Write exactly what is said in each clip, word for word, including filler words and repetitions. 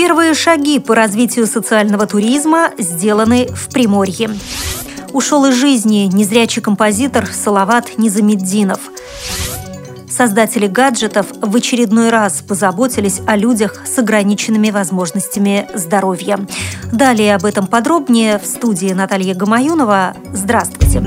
Первые шаги по развитию социального туризма сделаны в Приморье. Ушел из жизни незрячий композитор Салават Низаметдинов. Создатели гаджетов в очередной раз позаботились о людях с ограниченными возможностями здоровья. Далее об этом подробнее в студии Наталья Гамаюнова. Здравствуйте!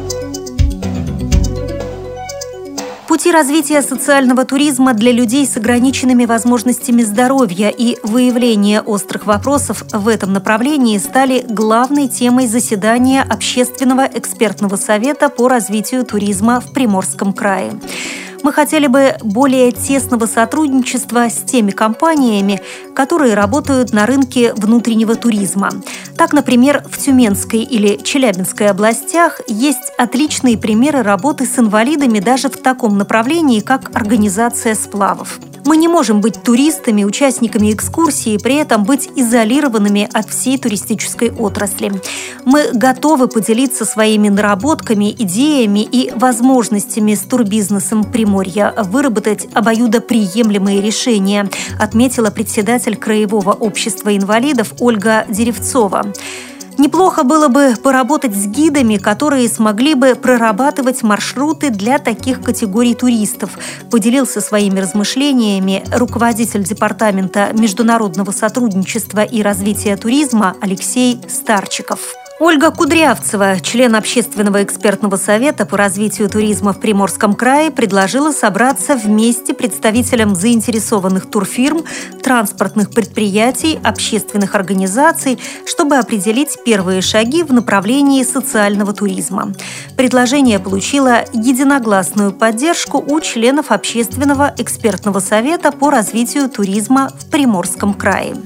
Пути развития социального туризма для людей с ограниченными возможностями здоровья и выявление острых вопросов в этом направлении стали главной темой заседания Общественного экспертного совета по развитию туризма в Приморском крае. Мы хотели бы более тесного сотрудничества с теми компаниями, которые работают на рынке внутреннего туризма. Так, например, в Тюменской или Челябинской областях есть отличные примеры работы с инвалидами даже в таком направлении, как организация сплавов. Мы не можем быть туристами, участниками экскурсии, и при этом быть изолированными от всей туристической отрасли. Мы готовы поделиться своими наработками, идеями и возможностями с турбизнесом Приморья, выработать обоюдоприемлемые решения, отметила председатель Краевого общества инвалидов Ольга Деревцова. Неплохо было бы поработать с гидами, которые смогли бы прорабатывать маршруты для таких категорий туристов, поделился своими размышлениями руководитель Департамента международного сотрудничества и развития туризма Алексей Старчиков. Ольга Кудрявцева, член Общественного экспертного совета по развитию туризма в Приморском крае, предложила собраться вместе представителям заинтересованных турфирм, транспортных предприятий, общественных организаций, чтобы определить первые шаги в направлении социального туризма. Предложение получило единогласную поддержку у членов Общественного экспертного совета по развитию туризма в Приморском крае.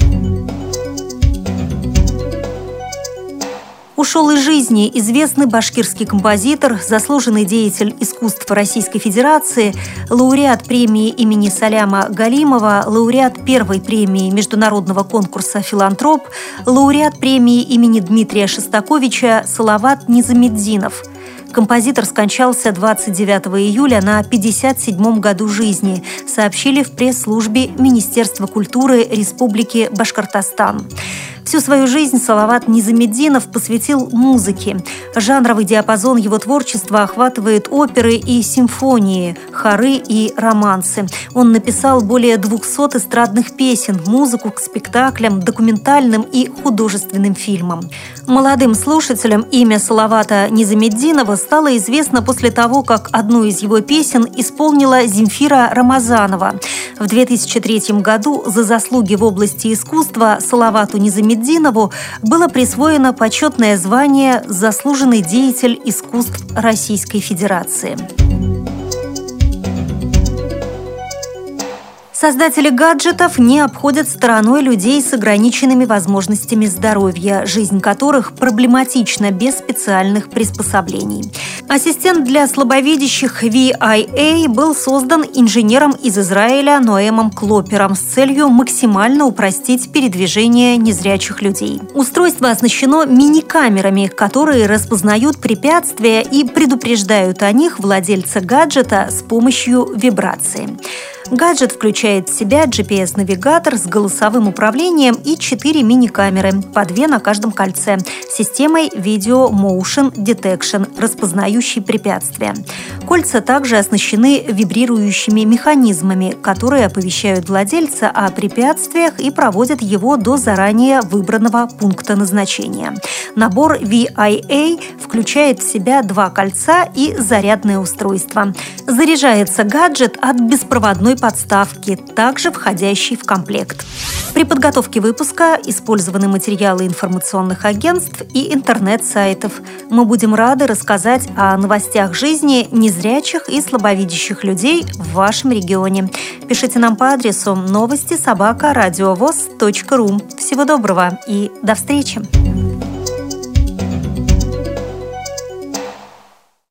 Ушел из жизни известный башкирский композитор, заслуженный деятель искусств Российской Федерации, лауреат премии имени Саляма Галимова, лауреат первой премии международного конкурса «Филантроп», лауреат премии имени Дмитрия Шостаковича Салават Низаметдинов. Композитор скончался двадцать девятого июля на пятьдесят седьмом году жизни, сообщили в пресс-службе Министерства культуры Республики Башкортостан. Всю свою жизнь Салават Низаметдинов посвятил музыке. Жанровый диапазон его творчества охватывает оперы и симфонии, хоры и романсы. Он написал более двухсот эстрадных песен, музыку к спектаклям, документальным и художественным фильмам. Молодым слушателям имя Салавата Низаметдинова стало известно после того, как одну из его песен исполнила Земфира Рамазанова. В две тысячи третьем году за заслуги в области искусства Салавату Низаметдинову было присвоено почетное звание «Заслуженный деятель искусств Российской Федерации». Создатели гаджетов не обходят стороной людей с ограниченными возможностями здоровья, жизнь которых проблематична без специальных приспособлений. Ассистент для слабовидящих ви ай эй был создан инженером из Израиля Ноэмом Клопером с целью максимально упростить передвижение незрячих людей. Устройство оснащено мини-камерами, которые распознают препятствия и предупреждают о них владельца гаджета с помощью вибрации. Гаджет включает в себя джи пи эс-навигатор с голосовым управлением и четыре мини-камеры, по две на каждом кольце, с системой Video Motion Detection, распознающей препятствия. Кольца также оснащены вибрирующими механизмами, которые оповещают владельца о препятствиях и проводят его до заранее выбранного пункта назначения. Набор ви ай эй включает в себя два кольца и зарядное устройство. Заряжается гаджет от беспроводной подставки, также входящей в комплект. При подготовке выпуска использованы материалы информационных агентств и интернет-сайтов. Мы будем рады рассказать о новостях жизни незрячих и слабовидящих людей в вашем регионе. Пишите нам по адресу новости собака радиовоз точка ру. Всего доброго и до встречи!